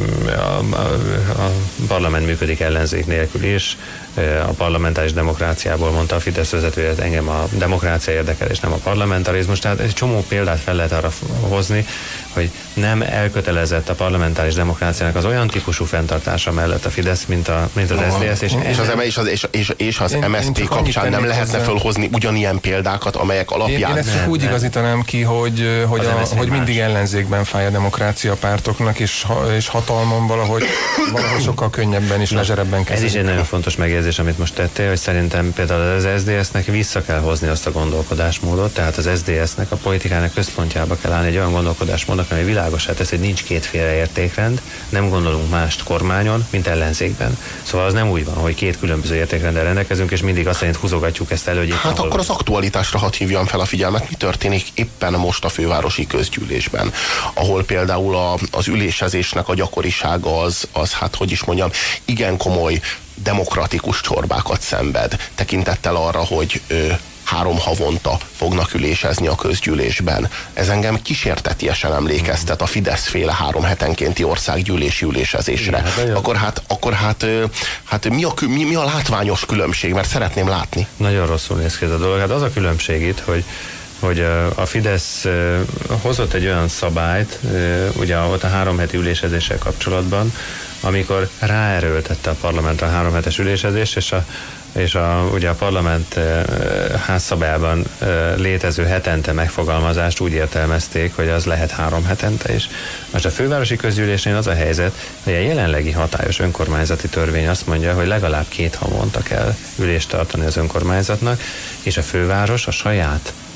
a, a, a parlament működik ellenzék nélkül is, a parlamentáris demokráciából mondta a Fidesz vezetője, hogy engem a demokrácia érdekel, és nem a parlamentarizmus. Tehát egy csomó példát fel lehet arra hozni, hogy nem elkötelezett a parlamentáris demokráciának az olyan típusú fenntartása mellett a Fidesz, mint, a, mint az no, es zé dé es. És, és, az, és, az, és, és, és az én, em es zé pé kapcsán nem lehetne hozzá fölhozni ugyanilyen példákat, amelyek alapján... Én, én ezt csak nem, úgy nem. igazítanám ki, hogy, hogy, a, hogy mindig ellenzékben fáj a demokrácia pártoknak, és, és hatalmon valahogy, valahogy sokkal könnyebben és lezserebben kezdődik. Ez is egy nagyon fontos megjegyzés, amit most tettél, hogy szerintem például az es zé dé es-nek vissza kell hozni azt a gondolkodásmódot, tehát az es zé dé es-nek a politikának központjába kell állni egy olyan gondolkodásmódot, amely világosá tesz, hogy nincs kétféle értékrend, nem gondolunk mást kormányon, mint ellenzékben. Szóval az nem úgy van, hogy két különböző értékrenddel rendelkezünk, és mindig azt szerint húzogatjuk ezt elő, hogy hát akkor az aktualitásra hadd hívjam fel a figyelmet, mi történik éppen most a fővárosi közgyűlésben, ahol például a, az ülésezésnek a gyakorisága az, az, hát hogy is mondjam, igen komoly demokratikus csorbákat szenved, tekintettel arra, hogy ö, három havonta fognak ülésezni a közgyűlésben. Ez engem kísértetiesen emlékeztet a Fidesz-féle három hetenkénti országgyűlési ülésezésre. Igen, akkor hát, akkor hát, hát mi, a, mi, mi a látványos különbség? Mert szeretném látni. Nagyon rosszul néz ki ez a dolog. Hát az a különbség itt, hogy hogy a Fidesz hozott egy olyan szabályt, ugye ott a három heti ülésezéssel kapcsolatban, amikor ráerőltette a parlamentre a három hetes ülésezést, és a és a, ugye a parlament házszabályában létező hetente megfogalmazást úgy értelmezték, hogy az lehet három hetente is. Most a fővárosi közgyűlésnél az a helyzet, hogy a jelenlegi hatályos önkormányzati törvény azt mondja, hogy legalább két havonta kell ülést tartani az önkormányzatnak, és a főváros a saját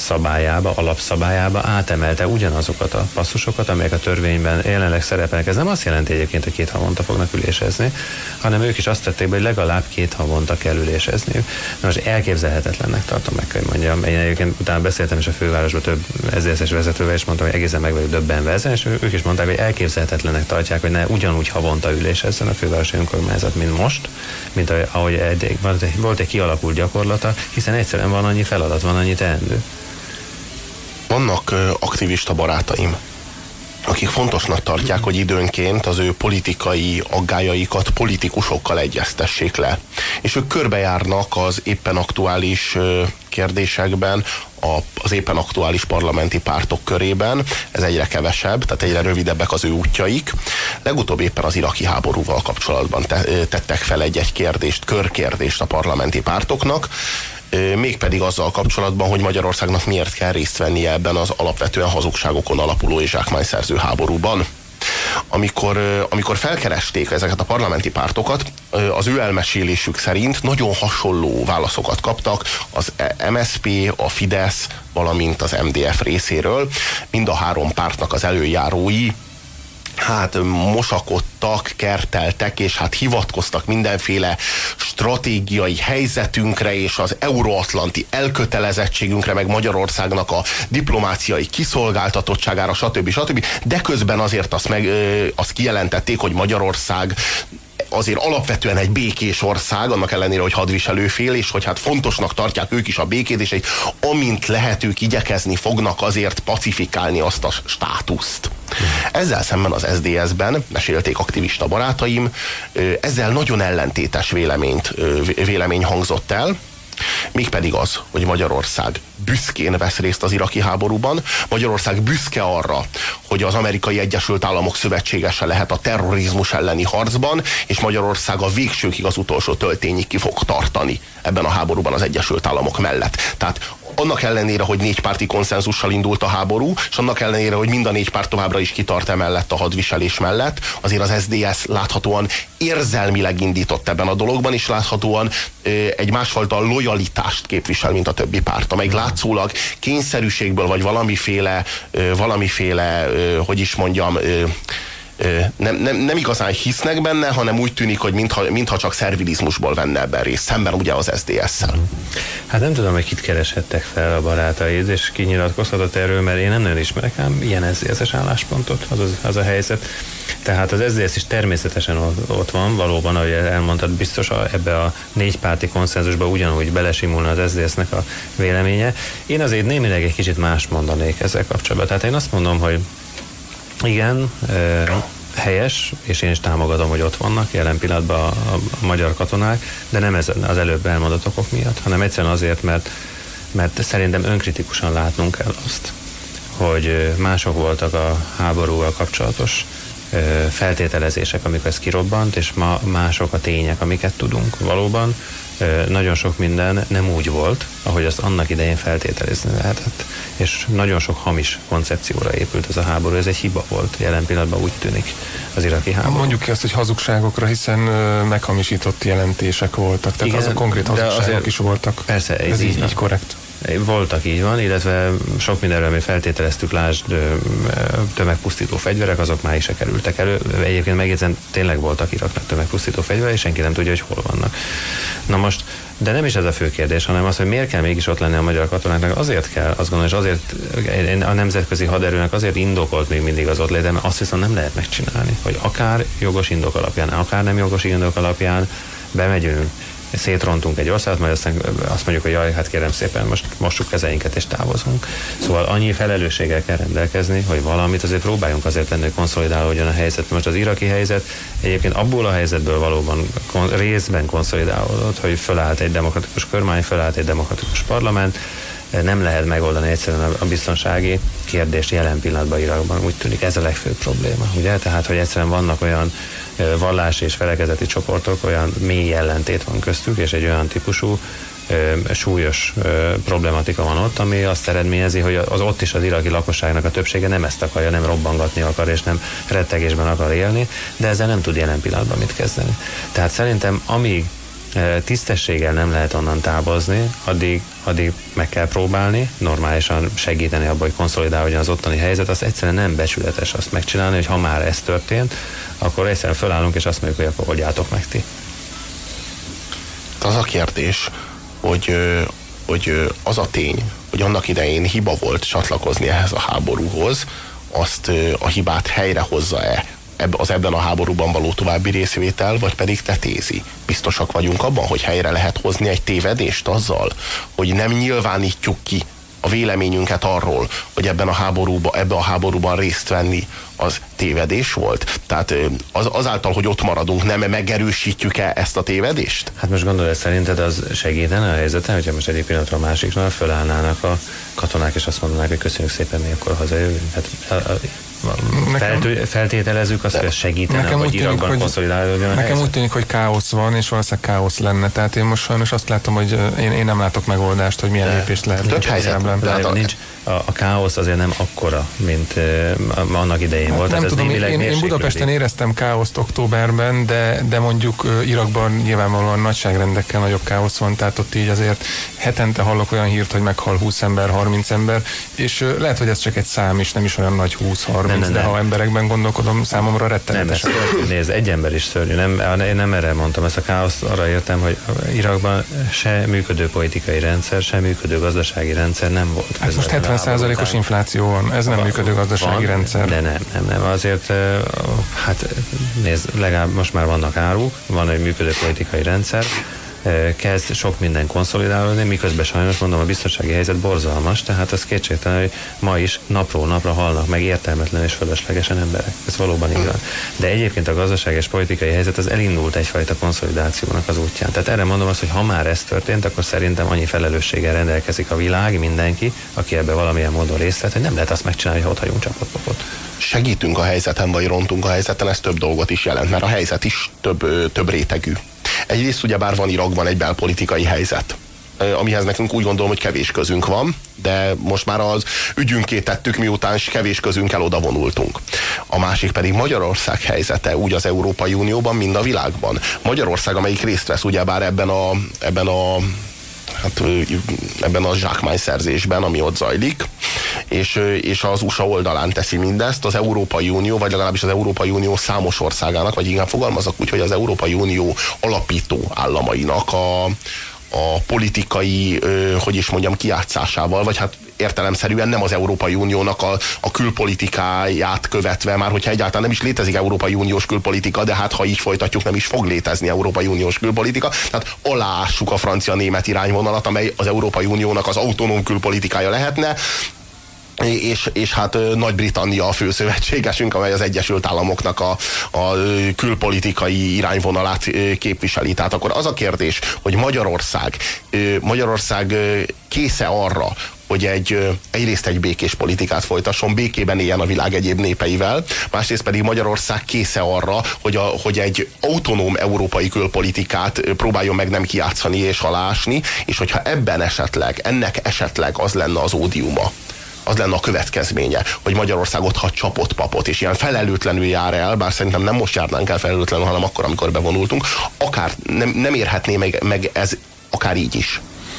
szabályába, alapszabályába átemelte ugyanazokat a passzusokat, amelyek a törvényben jelenleg szerepelnek. Ez nem azt jelenti egyébként, hogy két havonta fognak ülésezni, hanem ők is azt tették be, hogy legalább két havonta kell ülésezniük. Na most elképzelhetetlennek tartom, meg, hogy mondjam. Én egyébként utána beszéltem is a fővárosban több es zé es-es vezetővel, és mondtam, hogy egészen meg vagyok döbbenve ezen, és ők is mondták, hogy elképzelhetetlennek tartják, hogy ne ugyanúgy havonta ülésezzen a fővárosi önkormányzat, mint most, mint ahogy eddig volt egy kialakult gyakorlata, hiszen egyszerűen van annyi feladat, van annyi teendő. Vannak uh, aktivista barátaim, akik fontosnak tartják, hogy időnként az ő politikai aggájaikat politikusokkal egyeztessék le. És ők körbejárnak az éppen aktuális uh, kérdésekben, a, az éppen aktuális parlamenti pártok körében. Ez egyre kevesebb, tehát egyre rövidebbek az ő útjaik. Legutóbb éppen az iraki háborúval kapcsolatban te, tettek fel egy-egy kérdést, körkérdést a parlamenti pártoknak, mégpedig azzal kapcsolatban, hogy Magyarországnak miért kell részt vennie ebben az alapvetően hazugságokon alapuló és zsákmányszerző háborúban. Amikor, amikor felkeresték ezeket a parlamenti pártokat, az ő elmesélésük szerint nagyon hasonló válaszokat kaptak az em es zé pé, a Fidesz, valamint az em dé ef részéről. Mind a három pártnak az előjárói hát mosakodtak, kerteltek, és hát hivatkoztak mindenféle stratégiai helyzetünkre, és az euróatlanti elkötelezettségünkre, meg Magyarországnak a diplomáciai kiszolgáltatottságára, stb. stb. De közben azért azt, meg, azt kijelentették, hogy Magyarország azért alapvetően egy békés ország, annak ellenére, hogy hadviselőfél, és hogy hát fontosnak tartják ők is a békét, és egy amint lehet ők igyekezni fognak azért pacifikálni azt a státuszt. Ezzel szemben az es zé dé es-ben, mesélték aktivista barátaim, ezzel nagyon ellentétes véleményt, vélemény hangzott el, mégpedig az, hogy Magyarország büszkén vesz részt az iraki háborúban, Magyarország büszke arra, hogy az Amerikai Egyesült Államok szövetségese lehet a terrorizmus elleni harcban, és Magyarország a végsőkig, az utolsó töltényig ki fog tartani ebben a háborúban az Egyesült Államok mellett. Tehát annak ellenére, hogy négy párti konszenzussal indult a háború, és annak ellenére, hogy mind a négy párt továbbra is kitart emellett a hadviselés mellett, azért az es zé dé es láthatóan érzelmileg indított ebben a dologban, és láthatóan ö, egy másfajta lojalitást képvisel, mint a többi párt, amely látszólag kényszerűségből, vagy valamiféle, ö, valamiféle ö, hogy is mondjam, ö, Nem, nem, nem igazán hisznek benne, hanem úgy tűnik, hogy mintha, mintha csak szervilizmusból venne ebben részt, szemben ugye az es zé dé es-szel. Hát nem tudom, hogy kit kereshettek fel a barátaid, és ki nyilatkozhatott erről, mert én nem nagyon ismerek ám ilyen es zé es-es álláspontot, az, az, az a helyzet. Tehát az es zé dé es is természetesen ott van, valóban, ahogy elmondtad, biztos a, ebbe a négypárti konszenzusba ugyanúgy belesimulna az es zé dé es-nek a véleménye. Én azért némileg egy kicsit más mondanék ezzel kapcsolatban. Tehát én azt mondom, hogy igen, eh, helyes, és én is támogatom, hogy ott vannak jelen pillanatban a, a, a magyar katonák, de nem ez az előbb elmondott okok miatt, hanem egyszerűen azért, mert, mert szerintem önkritikusan látnunk kell azt, hogy mások voltak a háborúval kapcsolatos eh, feltételezések, amikor ez kirobbant, és ma mások a tények, amiket tudunk valóban. Nagyon sok minden nem úgy volt, ahogy azt annak idején feltételezni lehetett. És nagyon sok hamis koncepcióra épült ez a háború. Ez egy hiba volt, jelen pillanatban úgy tűnik az iraki háború. Mondjuk ki azt, hogy hazugságokra, hiszen meghamisított jelentések voltak. Tehát igen, azok konkrét hazugságok is voltak. Persze, ez így, így korrekt. Voltak, így van, illetve sok mindenről mi feltételeztük, lásd, tömegpusztító fegyverek, azok már is se kerültek elő. Egyébként megjegyzem, tényleg voltak Iraknak tömegpusztító fegyverek, és senki nem tudja, hogy hol vannak. Na most, de nem is ez a fő kérdés, hanem az, hogy miért kell mégis ott lenni a magyar katonáknak. Azért kell, azt gondolom, és azért a nemzetközi haderőnek azért indokolt még mindig az ott léte, mert azt viszont nem lehet megcsinálni, hogy akár jogos indok alapján, akár nem jogos indok alapján bemegyünk, szétrontunk egy országot, majd aztán azt mondjuk, hogy jaj, hát kérem szépen, most mossuk kezeinket és távozunk. Szóval annyi felelősséggel kell rendelkezni, hogy valamit azért próbáljunk azért tenni, hogy konszolidálódjon a helyzet. Most az iraki helyzet egyébként abból a helyzetből valóban kon- részben konszolidálódott, hogy fölállt egy demokratikus kormány, fölállt egy demokratikus parlament, nem lehet megoldani egyszerűen a biztonsági kérdést jelen pillanatban Irakban. Úgy tűnik ez a legfőbb probléma, ugye? Tehát, hogy egyszerűen vannak olyan vallási és felekezeti csoportok, olyan mély ellentét van köztük, és egy olyan típusú ö, súlyos ö, problematika van ott, ami azt eredményezi, hogy az ott is az iraki lakosságnak a többsége nem ezt akarja, nem robbangatni akar, és nem rettegésben akar élni, de ezzel nem tud jelen pillanatban mit kezdeni. Tehát szerintem amíg tisztességgel nem lehet onnan távozni, addig, addig meg kell próbálni, normálisan segíteni abban, hogy konszolidálódjon az ottani helyzet, az egyszerűen nem becsületes azt megcsinálni, hogy ha már ez történt, akkor egyszerűen fölállunk és azt mondjuk, hogy akkor oldjátok meg ti. Az a kérdés, hogy, hogy az a tény, hogy annak idején hiba volt csatlakozni ehhez a háborúhoz, azt a hibát helyrehozza-e az ebben a háborúban való további részvétel, vagy pedig tetézi. Biztosak vagyunk abban, hogy helyre lehet hozni egy tévedést azzal, hogy nem nyilvánítjuk ki a véleményünket arról, hogy ebben a háborúban, ebben a háborúban részt venni az tévedés volt? Tehát az, azáltal, hogy ott maradunk, nem megerősítjük-e ezt a tévedést? Hát most gondolod, szerinted az segítene a helyzeten, hogyha most egyik pillanatra a másiknál fölállnának a katonák, és azt mondanák, hogy köszönjük szépen, mi akkor hazajövünk? Hát a, a, Feltő, feltételezzük azt, hogy ez segítene, hogy Irakban konszolidálódjon a Nekem helyzet? úgy tűnik, hogy káosz van, és valószínűleg káosz lenne. Tehát én most sajnos azt látom, hogy én, én nem látok megoldást, hogy milyen lépést lehet. Több helyzet. De a, nincs, a, a káosz azért nem akkora, mint uh, annak idején hát volt. Nem tudom, én, én Budapesten éreztem káoszt októberben, de, de mondjuk uh, Irakban nyilvánvalóan nagyságrendekkel nagyobb káosz van, tehát ott így azért hetente hallok olyan hírt, hogy meghal húsz ember, harminc ember, és uh, lehet, hogy ez csak egy szám, és nem is olyan nagy húsz-harminc, nem, nem, de nem. Ha emberekben gondolkodom, számomra rettenetes. Nem, nézd, egy ember is szörnyű. Nem, én nem erre mondtam ezt a káoszt, arra értem, hogy Irakban se működő politikai rendszer, se működő gazdasági rendszer nem volt. Hát most hetven százalékos infláció van, ez nem van, működő gazdasági van, rendszer. De nem, nem, nem. Azért, hát nézd, legalább most már vannak áruk, van egy működő politikai rendszer, kezd sok minden konszolidálódni, miközben sajnos mondom, a biztonsági helyzet borzalmas, tehát az kétségtelen, hogy ma is napról napra halnak meg értelmetlen és fölöslegesen emberek. Ez valóban igaz. De egyébként a gazdasági és politikai helyzet az elindult egyfajta konszolidációnak az útján. Tehát erre mondom azt, hogy ha már ez történt, akkor szerintem annyi felelősséggel rendelkezik a világ, mindenki, aki ebbe valamilyen módon részt vett, hogy nem lehet azt megcsinálni, hogy ott hagyunk csapatot. Segítünk a helyzeten, vagy rontunk a helyzeten, ez több dolgot is jelent, mert a helyzet is több, több rétegű. Egyrészt ugyebár van Irakban egy belpolitikai helyzet, amihez nekünk úgy gondolom, hogy kevés közünk van, de most már az ügyünké tettük, miután kevés közünkkel oda vonultunk. A másik pedig Magyarország helyzete, úgy az Európai Unióban, mind a világban. Magyarország, amelyik részt vesz ugyebár ebben a, ebben a hát ebben a zsákmányszerzésben, ami ott zajlik, és, és az u es á oldalán teszi mindezt, az Európai Unió, vagy legalábbis az Európai Unió számos országának, vagy inkább fogalmazok úgy, hogy az Európai Unió alapító államainak a, a politikai, hogy is mondjam, kijátszásával, vagy hát értelemszerűen nem az Európai Uniónak a, a külpolitikáját követve, már hogyha egyáltalán nem is létezik Európai Uniós külpolitika, de hát ha így folytatjuk, nem is fog létezni Európai Uniós külpolitika, tehát aláássuk a francia-német irányvonalat, amely az Európai Uniónak az autonóm külpolitikája lehetne, És, és hát Nagy-Britannia a főszövetségesünk, amely az Egyesült Államoknak a, a külpolitikai irányvonalát képviseli. Tehát akkor az a kérdés, hogy Magyarország, Magyarország kész-e arra, hogy egy, egyrészt egy békés politikát folytasson, békében éljen a világ egyéb népeivel, másrészt pedig Magyarország kész-e arra, hogy, a, hogy egy autonóm európai külpolitikát próbáljon meg nem kijátszani és aláásni, és hogyha ebben esetleg, ennek esetleg az lenne az ódiuma, az lenne a következménye, hogy Magyarország ott hagy csapott papot, és ilyen felelőtlenül jár el, bár szerintem nem most járnánk el felelőtlenül, hanem akkor, amikor bevonultunk, akár nem, nem érhetné meg, meg ez akár így is.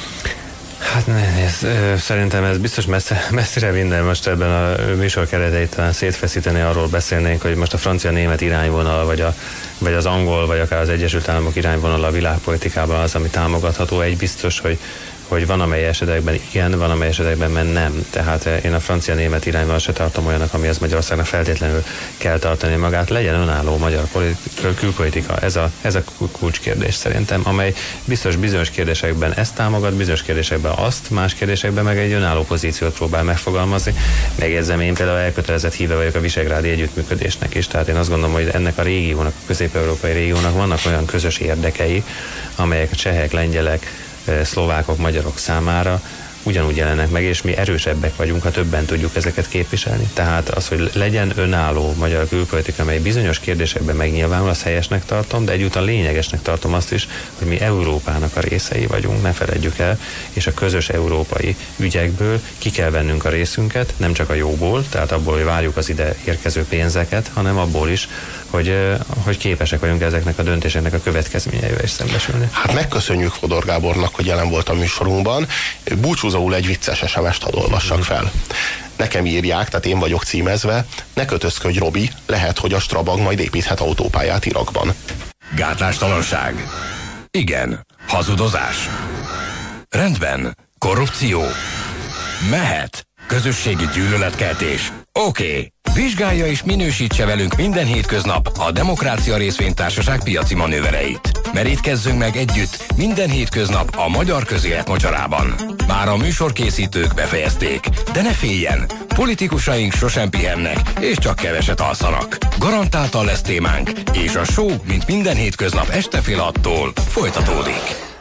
Hát ez, szerintem ez biztos messze, messzire minden most ebben a műsor kereteit talán szétfeszíteni, arról beszélnénk, hogy most a francia-német irányvonal, vagy, a, vagy az angol, vagy akár az Egyesült Államok irányvonal a világpolitikában az, ami támogatható. Egy biztos, hogy hogy van amely esetekben igen, van amely esetekben nem. Tehát én a francia-német irányban se tartom olyanak, amihez Magyarországnak feltétlenül kell tartani magát. Legyen önálló magyar külpolitika. Ez a, ez a kulcskérdés szerintem, amely biztos bizonyos kérdésekben ezt támogat, bizonyos kérdésekben azt, más kérdésekben meg egy önálló pozíciót próbál megfogalmazni. Megjegyzem, én például elkötelezett híve vagyok a visegrádi együttműködésnek is. Tehát én azt gondolom, hogy ennek a régiónak, a közép-európai régiónak vannak olyan közös érdekei, amelyek a csehek, lengyelek, szlovákok, magyarok számára ugyanúgy jelennek meg, és mi erősebbek vagyunk, ha többen tudjuk ezeket képviselni. Tehát az, hogy legyen önálló magyar külpolitika, amely bizonyos kérdésekben megnyilvánul, azt helyesnek tartom, de egyúttal lényegesnek tartom azt is, hogy mi Európának a részei vagyunk, ne feledjük el, és a közös európai ügyekből ki kell vennünk a részünket, nem csak a jóból, tehát abból, hogy várjuk az ide érkező pénzeket, hanem abból is, hogy, hogy képesek vagyunk ezeknek a döntéseknek a következményeivel is szembesülni. Hát megköszönjük Fodor Gábornak, hogy jelen volt a műsorunkban. Búcsúzóul egy vicces es em es-t hadd olvassak fel. Nekem írják, tehát én vagyok címezve, ne kötözködj, Robi, lehet, hogy a Strabag majd építhet autópályát Irakban. Gátlástalanság. Igen. Hazudozás. Rendben. Korrupció. Mehet. Közösségi gyűlöletkeltés. Oké. Okay. Vizsgálja és minősítse velünk minden hétköznap a Demokrácia Részvénytársaság piaci manővereit. Merítkezzünk meg együtt minden hétköznap a magyar közélet mocsarában. Már a műsorkészítők befejezték, de ne féljen, politikusaink sosem pihennek, és csak keveset alszanak. Garantáltan lesz témánk, és a show, mint minden hétköznap este fél hattól folytatódik.